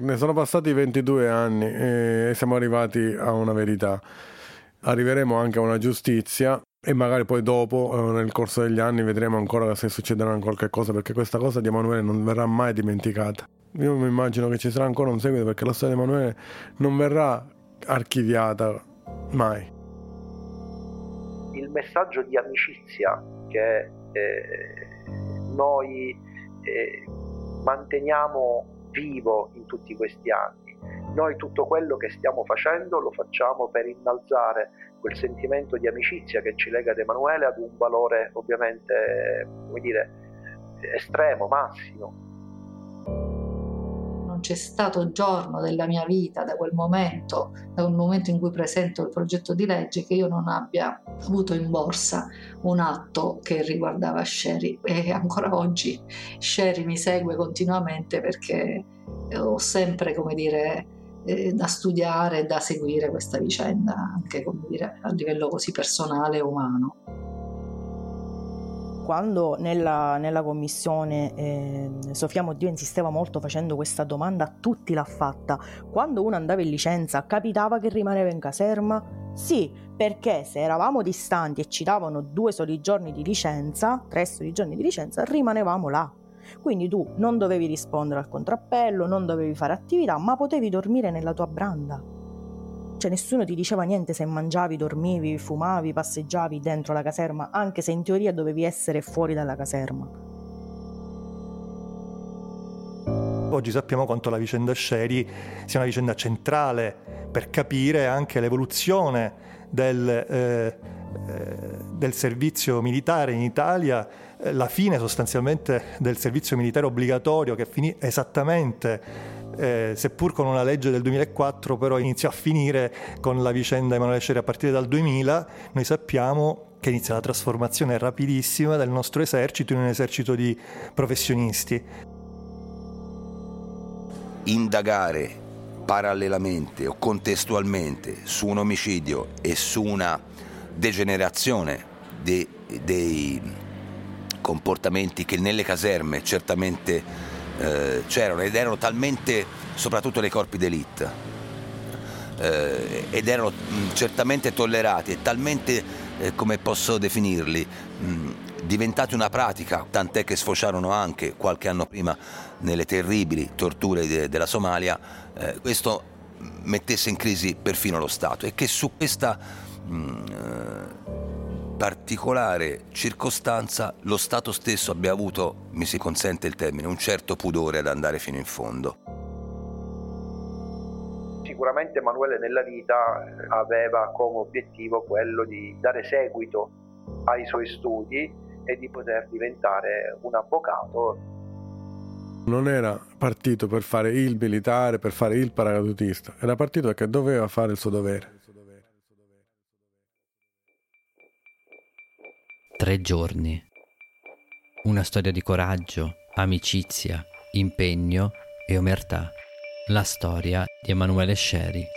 Ne sono passati 22 anni e siamo arrivati a una verità. Arriveremo anche a una giustizia e magari poi dopo, nel corso degli anni, vedremo ancora se succederà qualche cosa, perché questa cosa di Emanuele non verrà mai dimenticata. Io mi immagino che ci sarà ancora un seguito, perché la storia di Emanuele non verrà archiviata mai. Il messaggio di amicizia che noi manteniamo vivo in tutti questi anni. Noi tutto quello che stiamo facendo lo facciamo per innalzare quel sentimento di amicizia che ci lega ad Emanuele ad un valore ovviamente, come dire, estremo, massimo. Non c'è stato giorno della mia vita, da quel momento in cui presento il progetto di legge, che io non abbia avuto in borsa un atto che riguardava Sherry, e ancora oggi Sherry mi segue continuamente perché ho sempre, come dire, da studiare e da seguire questa vicenda, anche, come dire, a livello così personale e umano. Quando nella commissione Sofia Moddio insisteva molto facendo questa domanda, a tutti l'ha fatta: quando uno andava in licenza capitava che rimaneva in caserma? Sì, perché se eravamo distanti e ci davano 2 soli giorni di licenza, 3 soli giorni di licenza, rimanevamo là. Quindi tu non dovevi rispondere al contrappello, non dovevi fare attività, ma potevi dormire nella tua branda. Cioè nessuno ti diceva niente se mangiavi, dormivi, fumavi, passeggiavi dentro la caserma, anche se in teoria dovevi essere fuori dalla caserma. Oggi sappiamo quanto la vicenda Sherry sia una vicenda centrale per capire anche l'evoluzione del servizio militare in Italia, la fine sostanzialmente del servizio militare obbligatorio, che finì esattamente, seppur con una legge del 2004, però iniziò a finire con la vicenda Emanuele Sherry a partire dal 2000. Noi sappiamo che inizia la trasformazione rapidissima del nostro esercito in un esercito di professionisti. Indagare parallelamente o contestualmente su un omicidio e su una degenerazione dei comportamenti che nelle caserme certamente c'erano, ed erano talmente, soprattutto nei corpi d'élite, ed erano certamente tollerati e talmente, come posso definirli, diventati una pratica, tant'è che sfociarono anche qualche anno prima nelle terribili torture della Somalia. Questo mettesse in crisi perfino lo Stato, e che su questa particolare circostanza lo Stato stesso abbia avuto, mi si consente il termine, un certo pudore ad andare fino in fondo. Sicuramente Emanuele nella vita aveva come obiettivo quello di dare seguito ai suoi studi e di poter diventare un avvocato. Non era partito per fare il militare, per fare il paracadutista, era partito perché doveva fare il suo dovere. 3 giorni. Una storia di coraggio, amicizia, impegno e omertà. La storia di Emanuele Sherry.